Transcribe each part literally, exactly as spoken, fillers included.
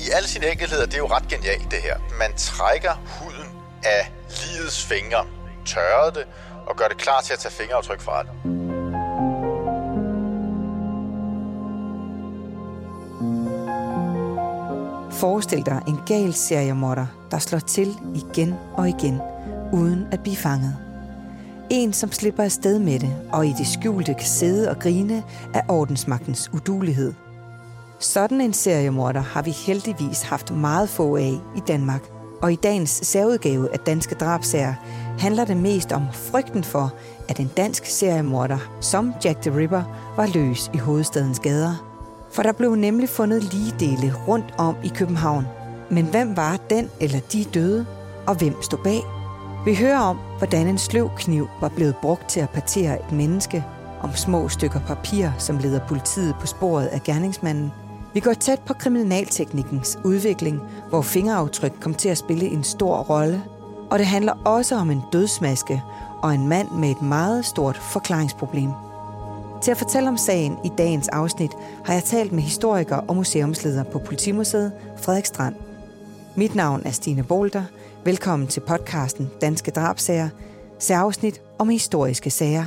i al sin enkelhed er det jo ret genialt det her. Man trækker huden af ligets fingre, tørrer det og gør det klar til at tage fingeraftryk fra det. Forestil dig en gal seriemorder, der slår til igen og igen, uden at blive fanget. En, som slipper afsted med det, og i det skjulte kan sidde og grine af ordensmagtens uduelighed. Sådan en seriemorder har vi heldigvis haft meget få af i Danmark, og i dagens særudgave af Danske Drabsager handler det mest om frygten for, at en dansk seriemorder som Jack the Ripper var løs i hovedstadens gader. For der blev nemlig fundet ligedele rundt om i København. Men hvem var den eller de døde, og hvem stod bag? Vi hører om, hvordan en sløv kniv var blevet brugt til at partere et menneske, om små stykker papir, som leder politiet på sporet af gerningsmanden. Vi går tæt på kriminalteknikkens udvikling, hvor fingeraftryk kom til at spille en stor rolle. Og det handler også om en dødsmaske og en mand med et meget stort forklaringsproblem. Til at fortælle om sagen i dagens afsnit har jeg talt med historiker og museumsleder på Politimuseet, Frederik Strand. Mit navn er Stine Bolter. Velkommen til podcasten Danske Drabsager, særafsnit om historiske sager.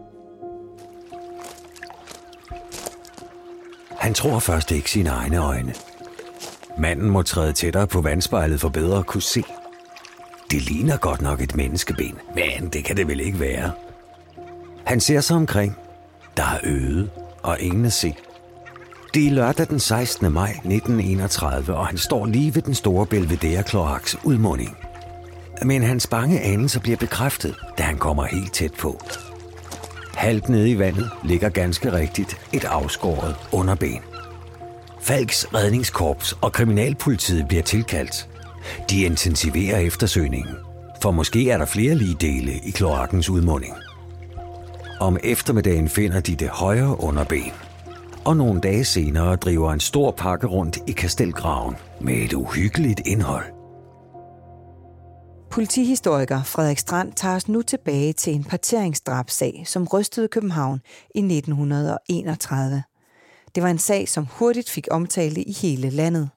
Han tror først ikke sine egne øjne. Manden må træde tættere på vandspejlet for bedre at kunne se. Det ligner godt nok et menneskeben, men det kan det vel ikke være. Han ser sig omkring. Der er øde, og ingen at se. Det er lørdag den sekstende maj nitten enogtredive, og han står lige ved den store Belvedere-kloaks udmunding. Men hans bange anelser bliver bekræftet, da han kommer helt tæt på. Halvt nede i vandet ligger ganske rigtigt et afskåret underben. Falks redningskorps og kriminalpolitiet bliver tilkaldt. De intensiverer eftersøgningen, for måske er der flere ligedele i kloakkens udmunding. Om eftermiddagen finder de det højre underben, og nogle dage senere driver en stor pakke rundt i kastelgraven med et uhyggeligt indhold. Politihistoriker Frederik Strand tager os nu tilbage til en parteringsdrabssag, som rystede København i nitten enogtredive. Det var en sag, som hurtigt fik omtale i hele landet.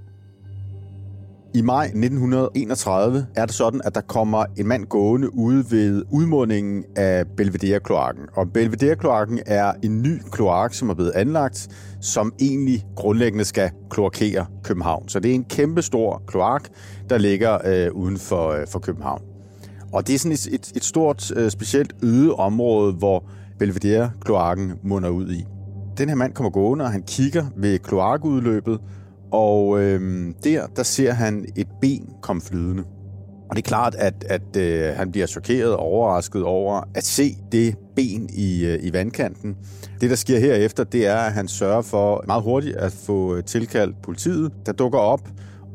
I maj nitten enogtredive er det sådan, at der kommer en mand gående ude ved udmundingen af Belvedere-kloakken. Og Belvedere-kloakken er en ny kloak, som er blevet anlagt, som egentlig grundlæggende skal kloakere København. Så det er en kæmpestor kloak, der ligger øh, uden for, øh, for København. Og det er sådan et, et, et stort, øh, specielt øde område, hvor Belvedere-kloakken munder ud i. Den her mand kommer gående, og han kigger ved kloakudløbet, og øhm, der, der ser han et ben komme flydende. Og det er klart, at, at øh, han bliver chokeret og overrasket over at se det ben i, øh, i vandkanten. Det, der sker herefter, det er, at han sørger for meget hurtigt at få tilkaldt politiet, der dukker op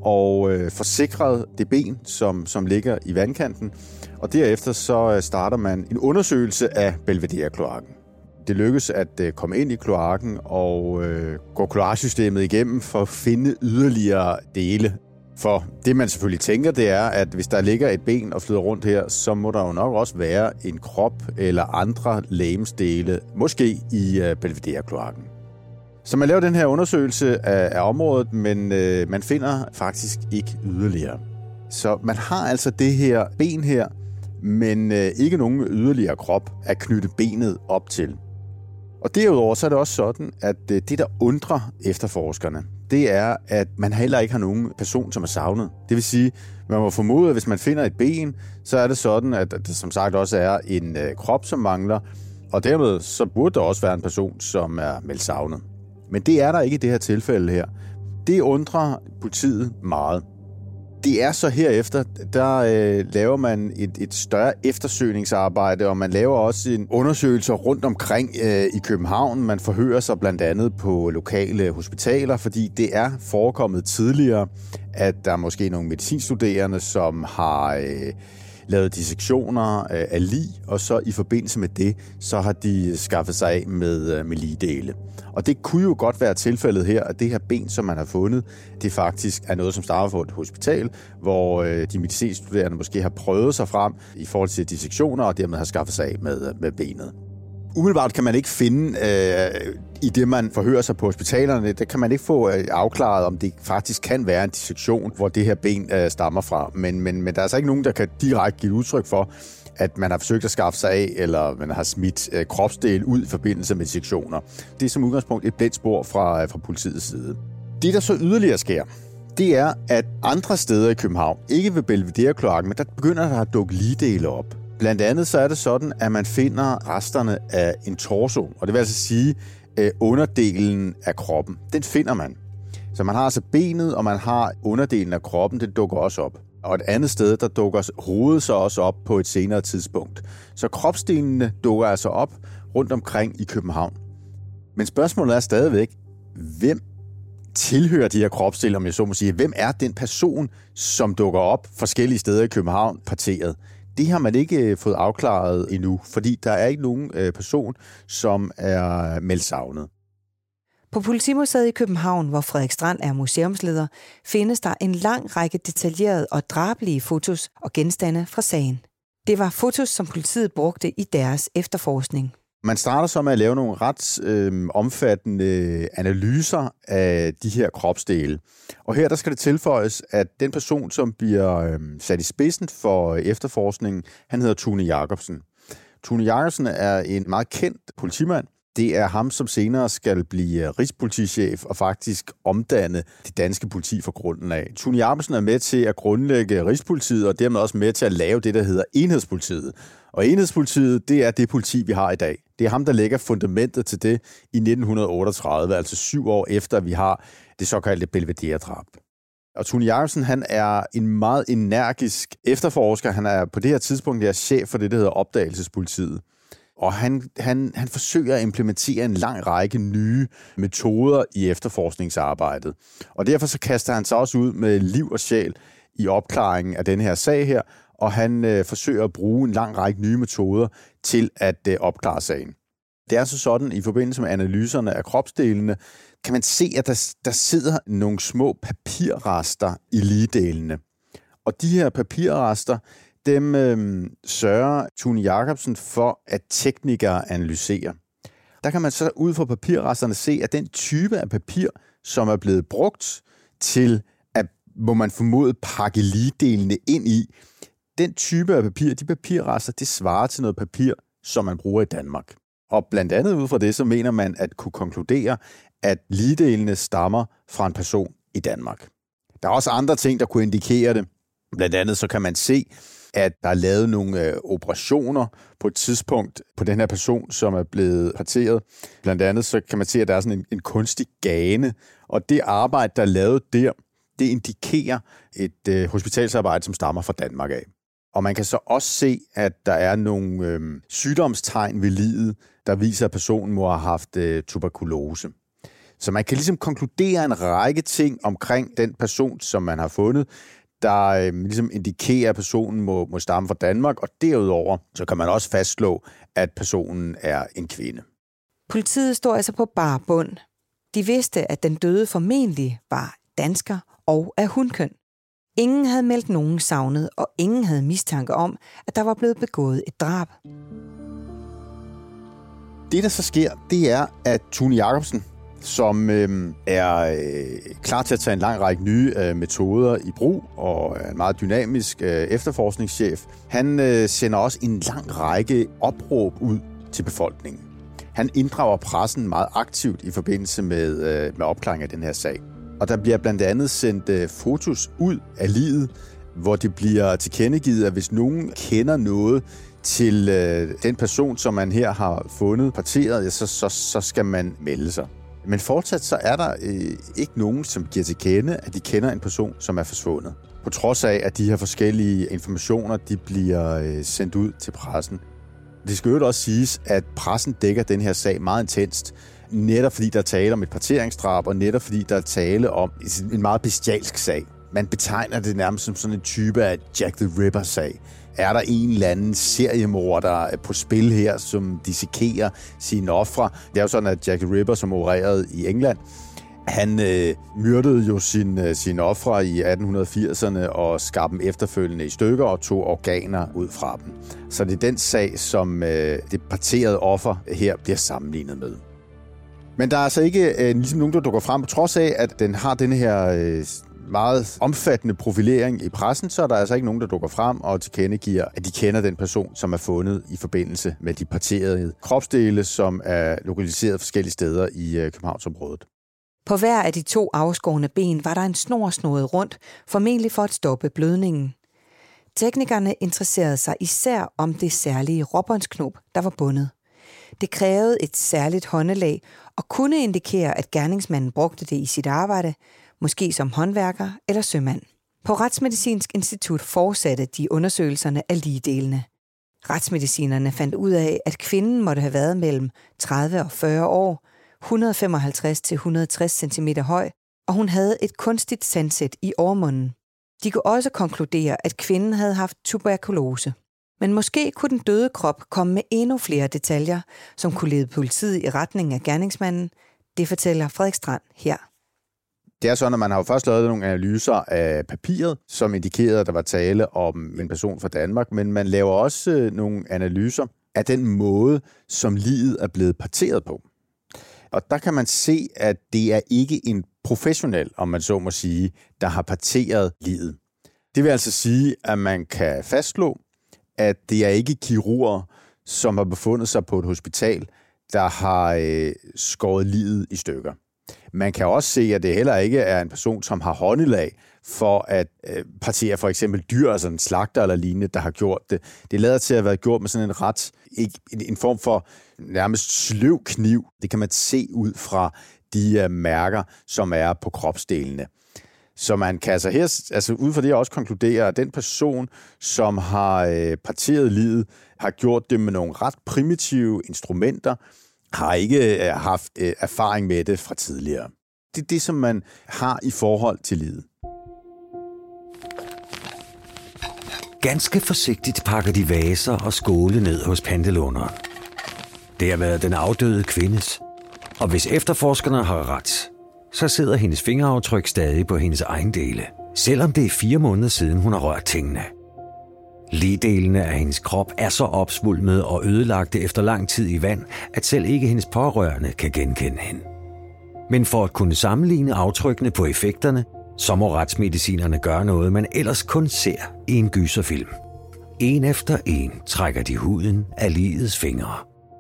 og øh, forsikret det ben, som, som ligger i vandkanten. Og derefter så starter man en undersøgelse af Belvedere-kloakken. Det lykkes at komme ind i kloakken og øh, gå kloaksystemet igennem for at finde yderligere dele. For det, man selvfølgelig tænker, det er, at hvis der ligger et ben og flyder rundt her, så må der jo nok også være en krop eller andre legemsdele, måske i øh, Belvedere-kloakken. Så man laver den her undersøgelse af, af området, men øh, man finder faktisk ikke yderligere. Så man har altså det her ben her, men øh, ikke nogen yderligere krop at knytte benet op til. Og derudover så er det også sådan, at det, der undrer efterforskerne, det er, at man heller ikke har nogen person, som er savnet. Det vil sige, man må formode, at hvis man finder et ben, så er det sådan, at der som sagt også er en øh, krop, som mangler, og dermed så burde der også være en person, som er meldt savnet. Men det er der ikke i det her tilfælde her. Det undrer politiet meget. Det er så herefter, der øh, laver man et, et større eftersøgningsarbejde, og man laver også en undersøgelse rundt omkring øh, i København. Man forhører sig blandt andet på lokale hospitaler, fordi det er forekommet tidligere, at der er måske nogle medicinstuderende, som har øh, lavet dissektioner øh, af lig, og så i forbindelse med det, så har de skaffet sig af med, øh, med ligdele. Og det kunne jo godt være tilfældet her, at det her ben, som man har fundet, det faktisk er noget, som starter på et hospital, hvor øh, de medicinstuderende måske har prøvet sig frem i forhold til dissektioner, og dermed har skaffet sig af med, med benet. Umiddelbart kan man ikke finde, øh, i det man forhører sig på hospitalerne, der kan man ikke få øh, afklaret, om det faktisk kan være en dissektion, hvor det her ben øh, stammer fra. Men, men, men der er altså ikke nogen, der kan direkte give udtryk for, at man har forsøgt at skaffe sig af, eller man har smidt øh, kropsdel ud i forbindelse med dissektioner. Det er som udgangspunkt et blindt spor fra, øh, fra politiets side. Det, der så yderligere sker, det er, at andre steder i København, ikke ved Belvedere-kloakken, men der begynder der at dukke ligdele op. Blandt andet så er det sådan, at man finder resterne af en torso, og det vil altså sige øh, underdelen af kroppen. Den finder man. Så man har altså benet, og man har underdelen af kroppen, det dukker også op. Og et andet sted, der dukker hovedet så også op på et senere tidspunkt. Så kropsdelene dukker altså op rundt omkring i København. Men spørgsmålet er stadigvæk, hvem tilhører de her kropsdele, om jeg så må sige? Hvem er den person, som dukker op forskellige steder i København parteret? Det har man ikke fået afklaret endnu, fordi der er ikke nogen person, som er meldt savnet. På Politimuseet i København, hvor Frederik Strand er museumsleder, findes der en lang række detaljerede og drabelige fotos og genstande fra sagen. Det var fotos, som politiet brugte i deres efterforskning. Man starter så med at lave nogle ret øh, omfattende analyser af de her kropsdele. Og her der skal det tilføjes, at den person, som bliver øh, sat i spidsen for efterforskningen, han hedder Tune Jacobsen. Tune Jacobsen er en meget kendt politimand. Det er ham, som senere skal blive rigspolitichef og faktisk omdanne det danske politi fra grunden af. Tune Jacobsen er med til at grundlægge Rigspolitiet, og dermed også med til at lave det, der hedder Enhedspolitiet. Og Enhedspolitiet, det er det politi, vi har i dag. Det er ham, der lægger fundamentet til det i nitten otteogtredive, altså syv år efter, vi har det såkaldte Belvedere-drab. Og Tune Jacobsen, han er en meget energisk efterforsker. Han er på det her tidspunkt der chef for det, der hedder Opdagelsespolitiet. Og han, han, han forsøger at implementere en lang række nye metoder i efterforskningsarbejdet. Og derfor så kaster han sig også ud med liv og sjæl i opklaringen af den her sag her, og han øh, forsøger at bruge en lang række nye metoder til at øh, opklare sagen. Det er så sådan, i forbindelse med analyserne af kropsdelene, kan man se, at der, der sidder nogle små papirrester i ligdelene. Og de her papirrester, dem øh, sørger Tune Jacobsen for, at teknikere analyserer. Der kan man så ud fra papirresterne se, at den type af papir, som er blevet brugt til at, hvor man formodet pakke ligdelene ind i, den type af papir, de papirrester, det svarer til noget papir, som man bruger i Danmark. Og blandt andet ud fra det, så mener man at kunne konkludere, at ligdelene stammer fra en person i Danmark. Der er også andre ting, der kunne indikere det. Blandt andet så kan man se, at der er lavet nogle øh, operationer på et tidspunkt på den her person, som er blevet parteret. Blandt andet så kan man se, at der er sådan en, en kunstig gane, og det arbejde, der er lavet der, det indikerer et øh, hospitalsarbejde, som stammer fra Danmark af. Og man kan så også se, at der er nogle øh, sygdomstegn ved livet, der viser, at personen må have haft øh, tuberkulose. Så man kan ligesom konkludere en række ting omkring den person, som man har fundet, der øh, ligesom indikerer, at personen må, må stamme fra Danmark, og derudover så kan man også fastslå, at personen er en kvinde. Politiet står altså på bar bund. De vidste, at den døde formentlig var dansker og af hunkøn. Ingen havde meldt nogen savnet, og ingen havde mistanke om, at der var blevet begået et drab. Det, der så sker, det er, at Tune Jacobsen, som øh, er øh, klar til at tage en lang række nye øh, metoder i brug, og er en meget dynamisk øh, efterforskningschef, han øh, sender også en lang række opråb ud til befolkningen. Han inddrager pressen meget aktivt i forbindelse med, øh, med opklaring af den her sag. Og der bliver blandt andet sendt øh, fotos ud af liget, hvor det bliver tilkendegivet, at hvis nogen kender noget til øh, den person, som man her har fundet parteret, ja, så, så, så skal man melde sig. Men fortsat så er der øh, ikke nogen, som giver til kende, at de kender en person, som er forsvundet. På trods af, at de her forskellige informationer, de bliver øh, sendt ud til pressen. Det skal jo også siges, at pressen dækker den her sag meget intenst, netop fordi der er tale om et parteringsdrab, og netop fordi der er tale om en meget bestialsk sag. Man betegner det nærmest som sådan en type af Jack the Ripper-sag. Er der en eller anden seriemorder på spil her, som dissekerer sine ofre? Det er jo sådan, at Jack the Ripper, som opererede i England, Han øh, myrdede jo sine sin ofre i atten firserne og skar dem efterfølgende i stykker og tog organer ud fra dem. Så det er den sag, som øh, det parterede offer her bliver sammenlignet med. Men der er altså ikke øh, ligesom nogen, der dukker frem, på trods af, at den har den her øh, meget omfattende profilering i pressen, så er der altså ikke nogen, der dukker frem og tilkendegiver, at de kender den person, som er fundet i forbindelse med de parterede kropsdele, som er lokaliseret forskellige steder i øh, Københavnsområdet. På hver af de to afskårne ben var der en snor snurret rundt, formentlig for at stoppe blødningen. Teknikerne interesserede sig især om det særlige råbåndsknob, der var bundet. Det krævede et særligt håndelag og kunne indikere, at gerningsmanden brugte det i sit arbejde, måske som håndværker eller sømand. På Retsmedicinsk Institut fortsatte de undersøgelserne af ligedelene. Retsmedicinerne fandt ud af, at kvinden måtte have været mellem tredive og fyrre år, et hundrede femoghalvtreds til et hundrede tres centimeter høj, og hun havde et kunstigt sandsæt i overmunden. De kunne også konkludere, at kvinden havde haft tuberkulose. Men måske kunne den døde krop komme med endnu flere detaljer, som kunne lede politiet i retning af gerningsmanden. Det fortæller Frederik Strand her. Det er sådan, at man har jo først lavet nogle analyser af papiret, som indikerede, at der var tale om en person fra Danmark, men man laver også nogle analyser af den måde, som liget er blevet parteret på. Og der kan man se, at det er ikke en professionel, om man så må sige, der har parteret liget. Det vil altså sige, at man kan fastslå, at det er ikke kirurger, som har befundet sig på et hospital, der har øh, skåret liget i stykker. Man kan også se, at det heller ikke er en person, som har håndelag for at øh, partere for eksempel dyr, altså en slagter eller lignende, der har gjort det. Det lader til at have været gjort med sådan en ret, en, en form for nærmest sløv kniv. Det kan man se ud fra de uh, mærker, som er på kropsdelene. Så man kan altså her, altså ud fra det også konkludere, at den person, som har øh, parteret liget, har gjort det med nogle ret primitive instrumenter, har ikke øh, haft øh, erfaring med det fra tidligere. Det er det, som man har i forhold til liget. Ganske forsigtigt pakker de vaser og skåle ned hos pantelåneren. Det har været den afdøde kvindes, og hvis efterforskerne har ret, så sidder hendes fingeraftryk stadig på hendes ejendele, selvom det er fire måneder siden, hun har rørt tingene. Ligdelene af hendes krop er så opsvulmede og ødelagte efter lang tid i vand, at selv ikke hendes pårørende kan genkende hende. Men for at kunne sammenligne aftrykkene på effekterne, så må retsmedicinerne gøre noget, man ellers kun ser i en gyserfilm. En efter en trækker de huden af ligets fingre.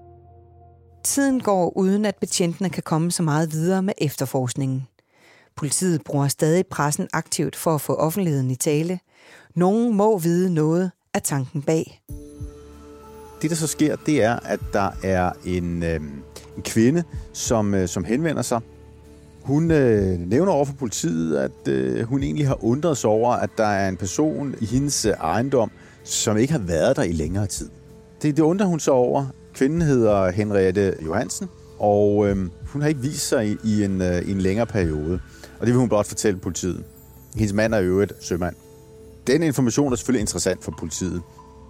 Tiden går uden, at betjentene kan komme så meget videre med efterforskningen. Politiet bruger stadig pressen aktivt for at få offentligheden i tale. Nogen må vide noget af tanken bag. Det, der så sker, det er, at der er en, øh, en kvinde, som, øh, som henvender sig. Hun øh, nævner over for politiet, at øh, hun egentlig har undret sig over, at der er en person i hendes øh, ejendom, som ikke har været der i længere tid. Det, det undrer hun sig over. Kvinden hedder Henriette Johansen, og øh, hun har ikke vist sig i, i, en, øh, i en længere periode. Og det vil hun blot fortælle politiet. Hendes mand er i øvrigt sømand. Den information er selvfølgelig interessant for politiet.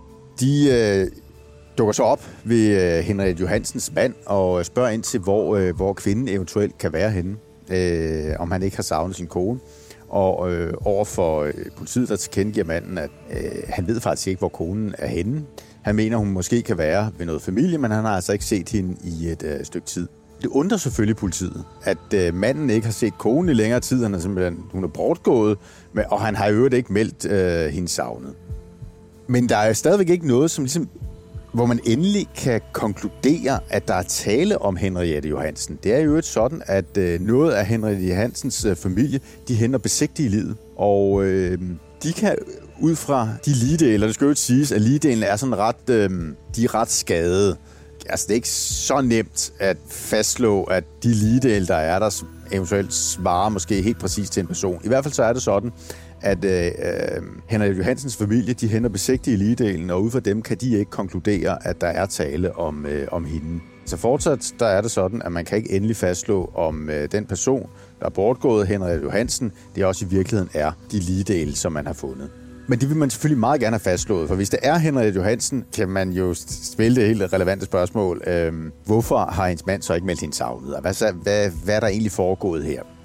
De øh, dukker så op ved øh, Henriette Johansens mand og spørger ind til, hvor, øh, hvor kvinden eventuelt kan være henne. Øh, om han ikke har savnet sin kone. Og øh, over for øh, politiet, der tilkendegiver manden, at øh, han ved faktisk ikke, hvor konen er henne. Han mener, hun måske kan være ved noget familie, men han har altså ikke set hende i et øh, stykke tid. Det undrer selvfølgelig politiet, at øh, manden ikke har set konen i længere tid. Han er simpelthen, hun er bortgået, og han har i øvrigt ikke meldt øh, hende savnet. Men der er stadigvæk ikke noget, som ligesom, hvor man endelig kan konkludere, at der er tale om Henriette Johansen. Det er jo øvrigt sådan, at øh, noget af Henriette Johansens øh, familie, de henter besigtige livet, og øh, de kan ud fra de ligedele, det skal jo ikke siges, at ligedelene er sådan ret, øh, de er ret skadede. Altså, det er ikke så nemt at fastslå, at de ligedele, der er der, eventuelt svarer måske helt præcis til en person. I hvert fald så er det sådan, at øh, Henriette Johansens familie, de henter besigtige ligedelen, og ud fra dem kan de ikke konkludere, at der er tale om, øh, om hende. Så fortsat, der er det sådan, at man kan ikke endelig fastslå, om øh, den person, der er bortgået, Henriette Johansen, det også i virkeligheden er de ligedele, som man har fundet. Men det vil man selvfølgelig meget gerne have fastslået, for hvis det er Henriette Johansen, kan man jo stille det helt relevante spørgsmål. Øhm, hvorfor har hendes mand så ikke meldt hende savnet? Hvad, hvad, hvad er der egentlig foregået her?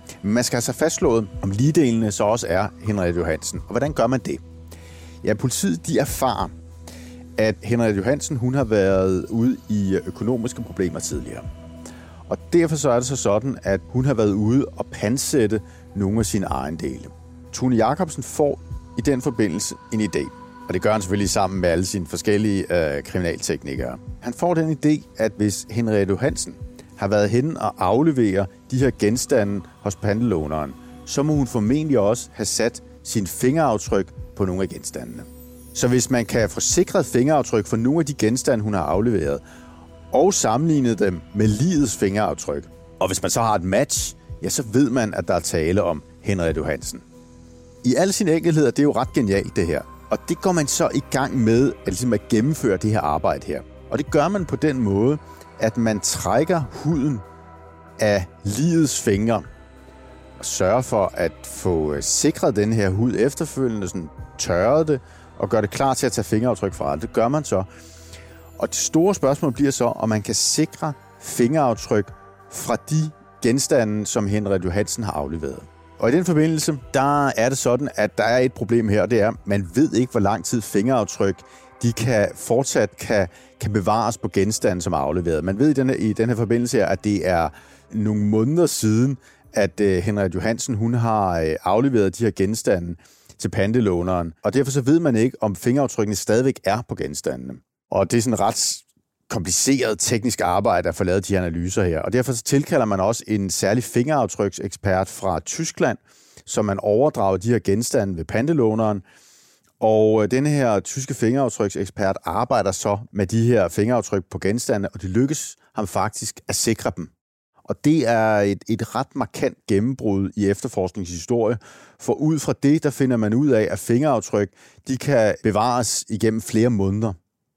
Men man skal have sig fastslået, om ligdelene så også er Henriette Johansen. Og hvordan gør man det? Ja, politiet de erfarer, at Henriette Johansen hun har været ude i økonomiske problemer tidligere. Og derfor så er det så sådan, at hun har været ude og pansætte nogle af sine ejendele. Tone Jacobsen får i den forbindelse en idé. Og det gør han selvfølgelig sammen med alle sine forskellige øh, kriminalteknikere. Han får den idé, at hvis Henriette Johansen har været henne og aflevere de her genstande hos pantelåneren, så må hun formentlig også have sat sin fingeraftryk på nogle af genstandene. Så hvis man kan få sikret fingeraftryk for nogle af de genstande, hun har afleveret, og sammenlignet dem med ligets fingeraftryk, og hvis man så har et match, ja, så ved man, at der er tale om Henriette Johansen. I al sin enkelhed er det jo ret genialt, det her. Og det går man så i gang med at, ligesom at gennemføre det her arbejde her. Og det gør man på den måde, at man trækker huden af ligets fingre og sørger for at få sikret den her hud efterfølgende, sådan tørret det og gør det klar til at tage fingeraftryk fra. Det gør man så. Og det store spørgsmål bliver så, om man kan sikre fingeraftryk fra de genstande, som Henriette Johansen har afleveret. Og i den forbindelse, der er det sådan, at der er et problem her, og det er, at man ved ikke, hvor lang tid fingeraftryk de kan fortsat kan, kan bevares på genstande, som er afleveret. Man ved i den her, i den her forbindelse her, at det er nogle måneder siden, at uh, Henriette Johansen hun har uh, afleveret de her genstande til pantelåneren. Og derfor så ved man ikke, om fingeraftrykkene stadigvæk er på genstandene. Og det er sådan ret kompliceret teknisk arbejde at få lavet de analyser her. Og derfor så tilkalder man også en særlig fingeraftryksekspert fra Tyskland, som man overdrager de her genstande ved pantelåneren. Og denne her tyske fingeraftryksekspert arbejder så med de her fingeraftryk på genstande, og det lykkes ham faktisk at sikre dem. Og det er et, et ret markant gennembrud i efterforskningshistorie, for ud fra det, der finder man ud af, at fingeraftryk de kan bevares igennem flere måneder.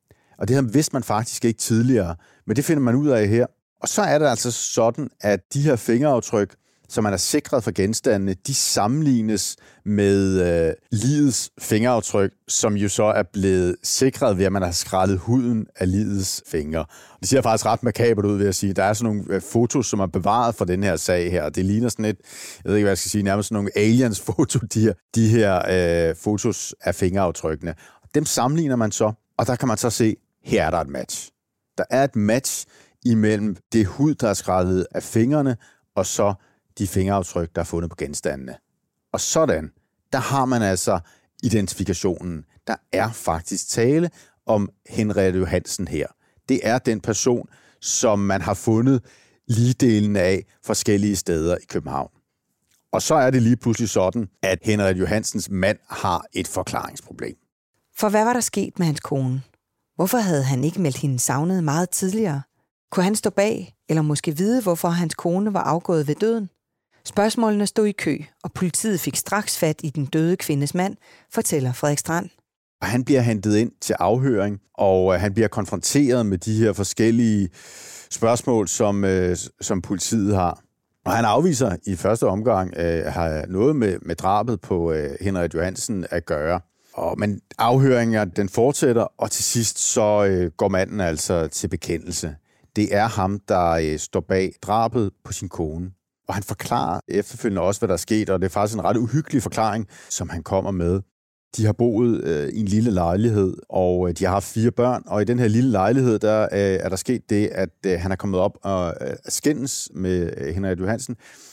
Og det vidste man faktisk ikke tidligere, men det finder man ud af her. Og så er det altså sådan, at de her fingeraftryk, som man har sikret for genstandene, de sammenlignes med øh, ligets fingeraftryk, som jo så er blevet sikret ved, at man har skrællet huden af ligets fingre. Det ser faktisk ret makabert ud, vil jeg sige. Der er sådan nogle fotos, som er bevaret fra den her sag her. Det ligner sådan et, jeg ved ikke, hvad jeg skal sige, nærmest sådan nogle aliens-foto, de her, de her øh, fotos af fingeraftrykkene. Dem sammenligner man så, og der kan man så se, her er der et match. Der er et match imellem det hud, der er skrællet af fingrene, og så de fingeraftryk, der er fundet på genstandene. Og sådan, der har man altså identifikationen. Der er faktisk tale om Henriette Johansen her. Det er den person, som man har fundet ligedelen af forskellige steder i København. Og så er det lige pludselig sådan, at Henriette Johansens mand har et forklaringsproblem. For hvad var der sket med hans kone? Hvorfor havde han ikke meldt hende savnet meget tidligere? Kunne han stå bag, eller måske vide, hvorfor hans kone var afgået ved døden? Spørgsmålene stod i kø, og politiet fik straks fat i den døde kvindes mand, fortæller Frederik Strand. Han bliver hentet ind til afhøring, og han bliver konfronteret med de her forskellige spørgsmål, som, øh, som politiet har. Og han afviser i første omgang at øh, have noget med, med drabet på øh, Henriette Johansen at gøre. Og, men afhøringen den fortsætter, og til sidst så øh, går manden altså til bekendelse. Det er ham, der øh, står bag drabet på sin kone. Og han forklarer efterfølgende også, hvad der er sket, og det er faktisk en ret uhyggelig forklaring, som han kommer med. De har boet øh, i en lille lejlighed, og øh, de har haft fire børn, og i den her lille lejlighed, der øh, er der sket det, at øh, han er kommet op og øh, skændes med øh, Henriette Johansen.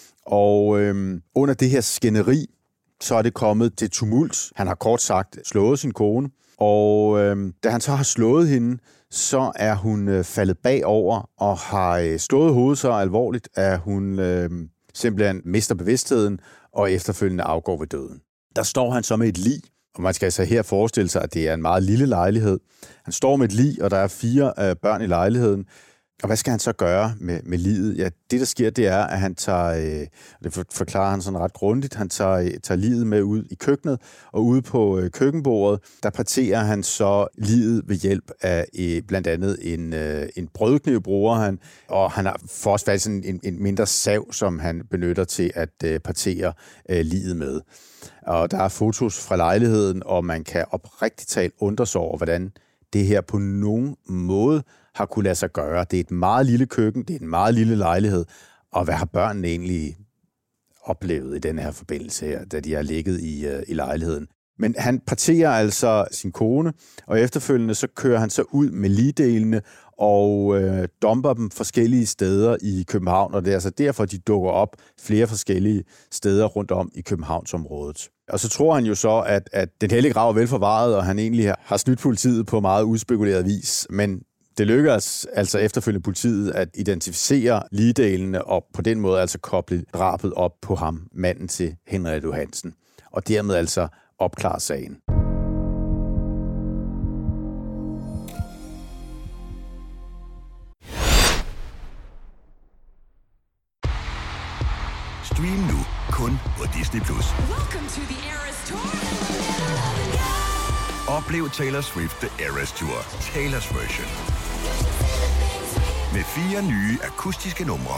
Og øh, under det her skænderi, så er det kommet til tumult. Han har kort sagt slået sin kone, og øh, da han så har slået hende, så er hun øh, faldet bagover og har øh, slået hovedet så alvorligt, at hun øh, simpelthen mister bevidstheden og efterfølgende afgår ved døden. Der står han så med et lig, og man skal altså her forestille sig, at det er en meget lille lejlighed. Han står med et lig, og der er fire øh, børn i lejligheden. Og hvad skal han så gøre med, med liget? Ja, det der sker, det er, at han tager, øh, det forklarer han sådan ret grundigt, han tager, øh, tager liget med ud i køkkenet, og ude på øh, køkkenbordet, der parterer han så liget ved hjælp af øh, blandt andet en, øh, en brødkniv, bruger han, og han har for også faktisk en, en, en mindre sav, som han benytter til at øh, partere øh, liget med. Og der er fotos fra lejligheden, og man kan oprigtigt talt undre sig over, hvordan det her på nogen måde har kunne lade sig gøre. Det er et meget lille køkken, det er en meget lille lejlighed, og hvad har børnene egentlig oplevet i den her forbindelse her, da de har ligget i, uh, i lejligheden. Men han parterer altså sin kone, og efterfølgende så kører han så ud med ligdelene og øh, dumper dem forskellige steder i København, og det er altså derfor, de dukker op flere forskellige steder rundt om i Københavnsområdet. Og så tror han jo så, at, at den hellige grav er velforvaret, og han egentlig har snydt politiet på meget uspekuleret vis, men det lykkes altså efterfølgende politiet at identificere ligdelene og på den måde altså koble drabet op på ham, manden til Henriette Johansen, og dermed altså opklare sagen. Stream nu kun på Disney plus. Oplev Taylor Swift The Eras Tour, Taylor's version. Med fire nye akustiske numre.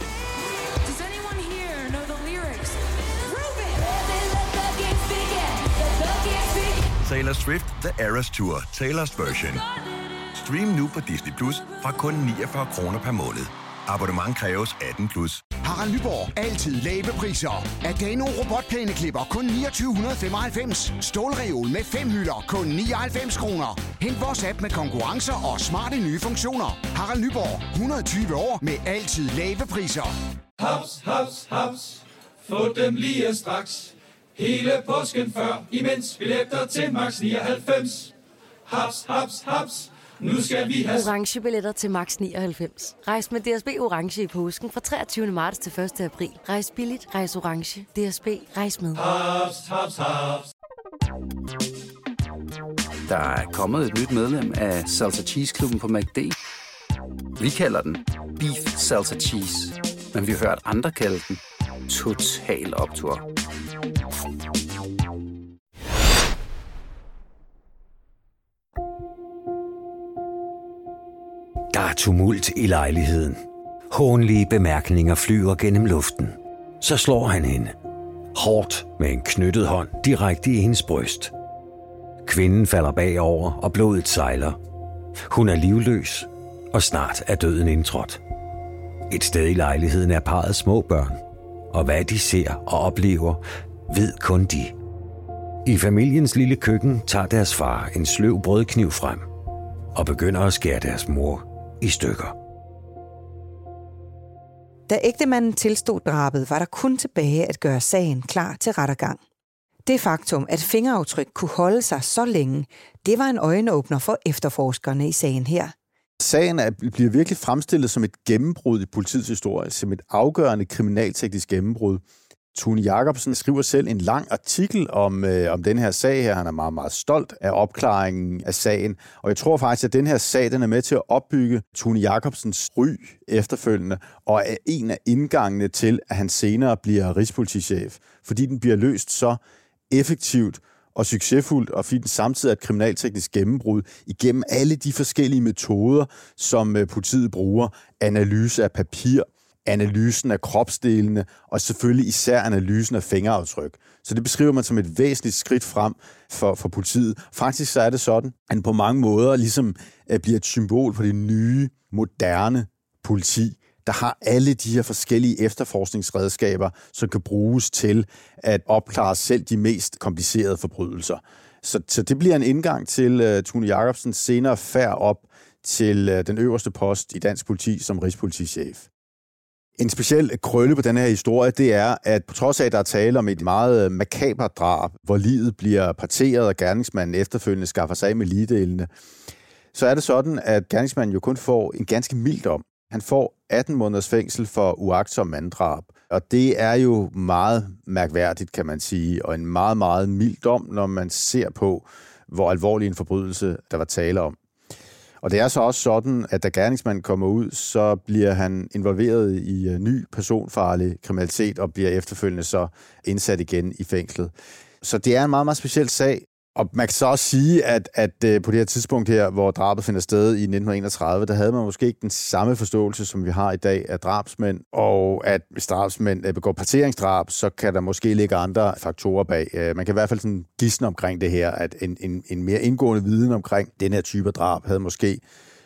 Taylor Swift The Eras Tour, Taylor's version. Stream nu på Disney plus fra kun niogfyrre kroner per måned. Abonnement kræves atten plus. Harald Nyborg. Altid lave priser. Adano robotplæneklipper kun niogtyve femoghalvfems. Stålreol med fem hylder kun nioghalvfems kroner. Hent vores app med konkurrencer og smarte nye funktioner. Harald Nyborg. hundrede og tyve år med altid lave priser. Haps, haps, haps. Få dem lige straks. Hele påsken før, imens billetter til max nioghalvfems. Haps, haps, haps. Nu skal vi have orange billetter til max nioghalvfems. Rejs med D S B orange i påsken fra treogtyvende marts til første april. Rejs billigt, rejs orange. D S B, rejs med. haps, haps, haps. Der er kommet et nyt medlem af Salsa Cheese Klubben på McD. Vi kalder den Beef Salsa Cheese, men vi har hørt andre kalde den Total Optur. Der er tumult i lejligheden. Hånlige bemærkninger flyver gennem luften. Så slår han hende. Hårdt med en knyttet hånd direkte i hendes bryst. Kvinden falder bagover, og blodet sejler. Hun er livløs, og snart er døden indtrådt. Et sted i lejligheden er parret små børn, og hvad de ser og oplever, ved kun de. I familiens lille køkken tager deres far en sløv brødkniv frem og begynder at skære deres mor i stykker. Da ægtemanden tilstod drabet, var der kun tilbage at gøre sagen klar til rettergang. Det faktum, at fingeraftryk kunne holde sig så længe, det var en øjenåbner for efterforskerne i sagen her. Sagen er, bliver virkelig fremstillet som et gennembrud i politiets historie, som et afgørende kriminalteknisk gennembrud. Tune Jacobsen skriver selv en lang artikel om, øh, om den her sag her. Han er meget, meget stolt af opklaringen af sagen. Og jeg tror faktisk, at den her sag den er med til at opbygge Tune Jacobsens ry efterfølgende, og er en af indgangene til, at han senere bliver rigspolitichef. Fordi den bliver løst så effektivt og succesfuldt, og fordi den samtidig er et kriminalteknisk gennembrud igennem alle de forskellige metoder, som øh, politiet bruger. Analyse af papir, analysen af kropsdelene, og selvfølgelig især analysen af fingeraftryk. Så det beskriver man som et væsentligt skridt frem for, for politiet. Faktisk så er det sådan, at han på mange måder ligesom bliver et symbol på det nye, moderne politi, der har alle de her forskellige efterforskningsredskaber, som kan bruges til at opklare selv de mest komplicerede forbrydelser. Så, så det bliver en indgang til uh, Tune Jacobsens senere færd op til uh, den øverste post i dansk politi som rigspolitichef. En speciel krølle på den her historie, det er, at på trods af, at der er tale om et meget makabert drab, hvor livet bliver parteret, og gerningsmanden efterfølgende skaffer sig af med ligdelene, så er det sådan, at gerningsmanden jo kun får en ganske mild dom. Han får atten måneders fængsel for uagtsom manddrab, og det er jo meget mærkværdigt, kan man sige, og en meget, meget mild dom, når man ser på, hvor alvorlig en forbrydelse der var tale om. Og det er så også sådan, at da gerningsmanden kommer ud, så bliver han involveret i uh, ny personfarlig kriminalitet og bliver efterfølgende så indsat igen i fængslet. Så det er en meget, meget speciel sag. Og man kan så også sige, at, at uh, på det her tidspunkt her, hvor drabet finder sted i nitten enogtredive, der havde man måske ikke den samme forståelse, som vi har i dag af drabsmænd. Og at hvis drabsmænd begår parteringsdrab, så kan der måske ligge andre faktorer bag. Uh, man kan i hvert fald sådan gisne omkring det her, at en, en, en mere indgående viden omkring den her type drab havde måske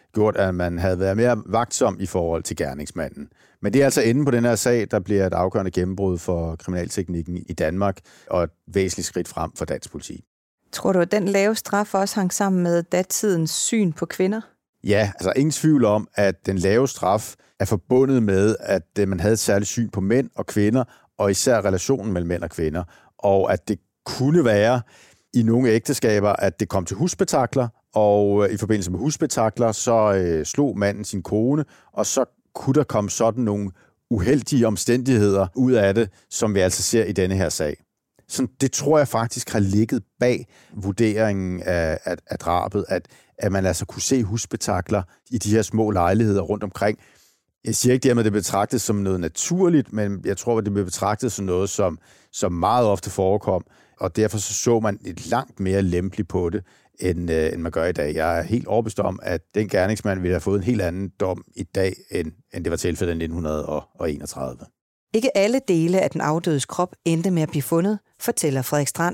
gjort, at man havde været mere vagtsom i forhold til gerningsmanden. Men det er altså enden på den her sag, der bliver et afgørende gennembrud for kriminalteknikken i Danmark, og et væsentligt skridt frem for dansk politi. Tror du, at den lave straf også hang sammen med datidens syn på kvinder? Ja, altså ingen tvivl om, at den lave straf er forbundet med, at man havde et særligt syn på mænd og kvinder, og især relationen mellem mænd og kvinder. Og at det kunne være i nogle ægteskaber, at det kom til husspektakler, og i forbindelse med husspektakler, så øh, slog manden sin kone, og så kunne der komme sådan nogle uheldige omstændigheder ud af det, som vi altså ser i denne her sag. Så det tror jeg faktisk har ligget bag vurderingen af, af, af drabet, at, at man altså kunne se husspektakler i de her små lejligheder rundt omkring. Jeg siger ikke dermed, at det betragtes som noget naturligt, men jeg tror, at det bliver betragtet som noget, som, som meget ofte forekom, og derfor så, så man et langt mere lempeligt på det, end, øh, end man gør i dag. Jeg er helt overbevist om, at den gerningsmand ville have fået en helt anden dom i dag, end, end det var tilfældet i nitten enogtredive. Ikke alle dele af den afdødes krop endte med at blive fundet, fortæller Frederik Strand.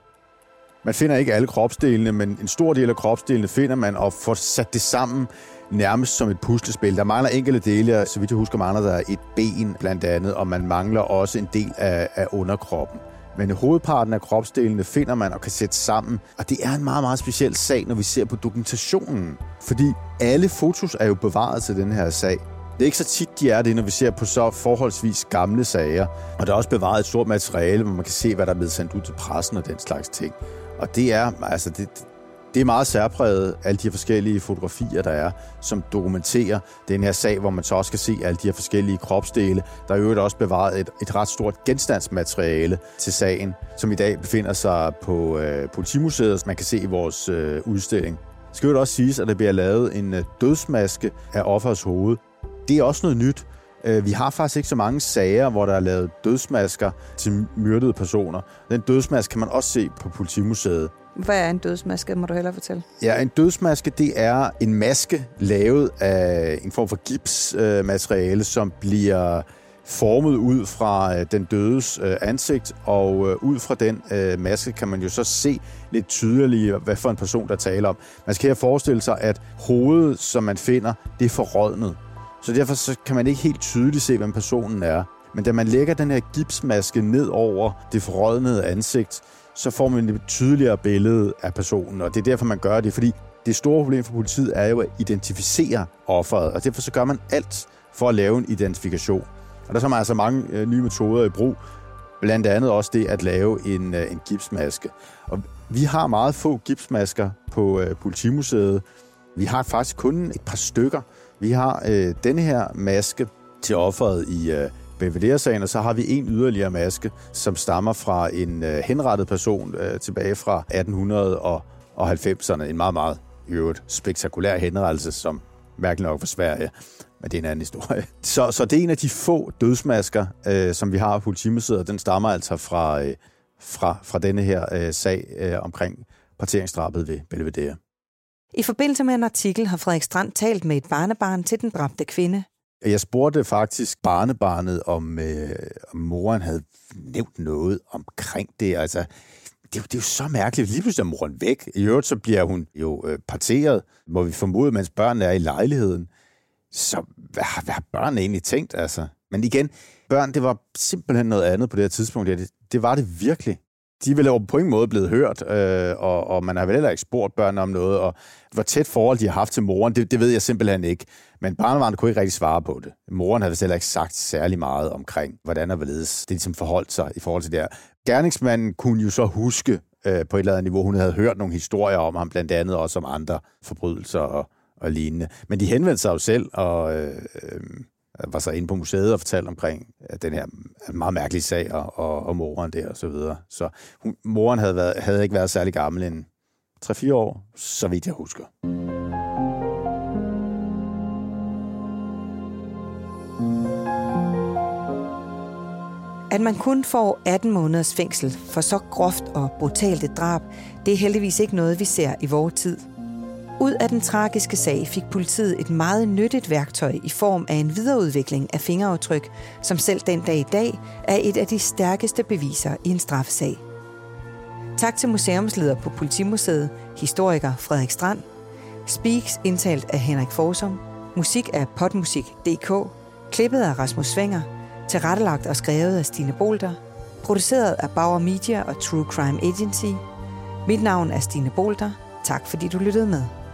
Man finder ikke alle kropsdelene, men en stor del af kropsdelene finder man og får sat det sammen nærmest som et puslespil. Der mangler enkelte dele, så vidt jeg husker, mangler der et ben blandt andet, og man mangler også en del af, af underkroppen. Men hovedparten af kropsdelene finder man og kan sætte sammen. Og det er en meget, meget speciel sag, når vi ser på dokumentationen. Fordi alle fotos er jo bevaret til den her sag. Det er ikke så tit, de er det, når vi ser på så forholdsvis gamle sager. Og der er også bevaret et stort materiale, hvor man kan se, hvad der er blevet sendt ud til pressen og den slags ting. Og det er, altså, det, det er meget særpræget, alle de her forskellige fotografier, der er, som dokumenterer den her sag, hvor man så også kan se alle de her forskellige kropsdele. Der er jo også bevaret et, et ret stort genstandsmateriale til sagen, som i dag befinder sig på øh, Politimuseet, som man kan se i vores øh, udstilling. Det skal jo også siges, at der bliver lavet en øh, dødsmaske af offerets hoved. Det er også noget nyt. Vi har faktisk ikke så mange sager, hvor der er lavet dødsmasker til myrdede personer. Den dødsmaske kan man også se på Politimuseet. Hvad er en dødsmaske, må du hellere fortælle? Ja, en dødsmaske, det er en maske lavet af en form for gipsmateriale, som bliver formet ud fra den dødes ansigt, og ud fra den maske kan man jo så se lidt tydeligere, hvad for en person, der taler om. Man skal her forestille sig, at hovedet, som man finder, det er forrådnet. Så derfor så kan man ikke helt tydeligt se, hvem personen er. Men da man lægger den her gipsmaske ned over det forrådnede ansigt, så får man et tydeligere billede af personen. Og det er derfor, man gør det, fordi det store problem for politiet er jo at identificere offeret. Og derfor så gør man alt for at lave en identifikation. Og der er så altså mange øh, nye metoder i brug. Blandt andet også det at lave en, øh, en gipsmaske. Og vi har meget få gipsmasker på øh, Politimuseet. Vi har faktisk kun et par stykker. Vi har øh, denne her maske til offeret i øh, Belvedere-sagen, og så har vi en yderligere maske, som stammer fra en øh, henrettet person øh, tilbage fra atten halvfemserne. En meget, meget i øvrigt spektakulær henrettelse, som mærkeligt nok for Sverige, men det er en anden historie. Så, så det er en af de få dødsmasker, øh, som vi har på Politimuseet, og den stammer altså fra, øh, fra, fra denne her øh, sag øh, omkring parteringsdrabet ved Belvedere. I forbindelse med en artikel har Frederik Strand talt med et barnebarn til den dræbte kvinde. Jeg spurgte faktisk barnebarnet, om, øh, om moren havde nævnt noget omkring det. Altså, det, det er jo så mærkeligt. Lige pludselig er moren væk. I øvrigt så bliver hun jo øh, parteret, må vi formode, mens børnene er i lejligheden. Så hvad, hvad har børnene egentlig tænkt? Altså? Men igen, børn, det var simpelthen noget andet på det her tidspunkt. Det, det var det virkelig. De ville jo på ingen måde blevet hørt, øh, og, og man har vel heller ikke spurgt børnene om noget, og hvor tæt forhold de har haft til moren, det, det ved jeg simpelthen ikke. Men barnebarnet kunne ikke rigtig svare på det. Moren havde heller ikke sagt særlig meget omkring, hvordan og hvorledes det ligesom forholdt sig i forhold til det her. Gerningsmanden kunne jo så huske øh, på et eller andet niveau, hun havde hørt nogle historier om ham, blandt andet også om andre forbrydelser og, og lignende. Men de henvendte sig jo selv, og øh, øh, var så inde på museet og fortalte omkring den her meget mærkelige sag og, og, og moren der og så videre. Så hun, moren havde, været, havde ikke været særlig gammel end tre fire år, så vidt jeg husker. At man kun får atten måneders fængsel for så groft og brutalt et drab, det er heldigvis ikke noget, vi ser i vores tid. Ud af den tragiske sag fik politiet et meget nyttigt værktøj i form af en videreudvikling af fingeraftryk, som selv den dag i dag er et af de stærkeste beviser i en straffesag. Tak til museumsleder på Politimuseet, historiker Frederik Strand. Speaks indtalt af Henrik Forsum. Musik af potmusik punktum d k. Klippet af Rasmus Swenger. Tilrettelagt og skrevet af Stine Bolter. Produceret af Bauer Media og True Crime Agency. Mit navn er Stine Bolter. Tak fordi du lyttede med.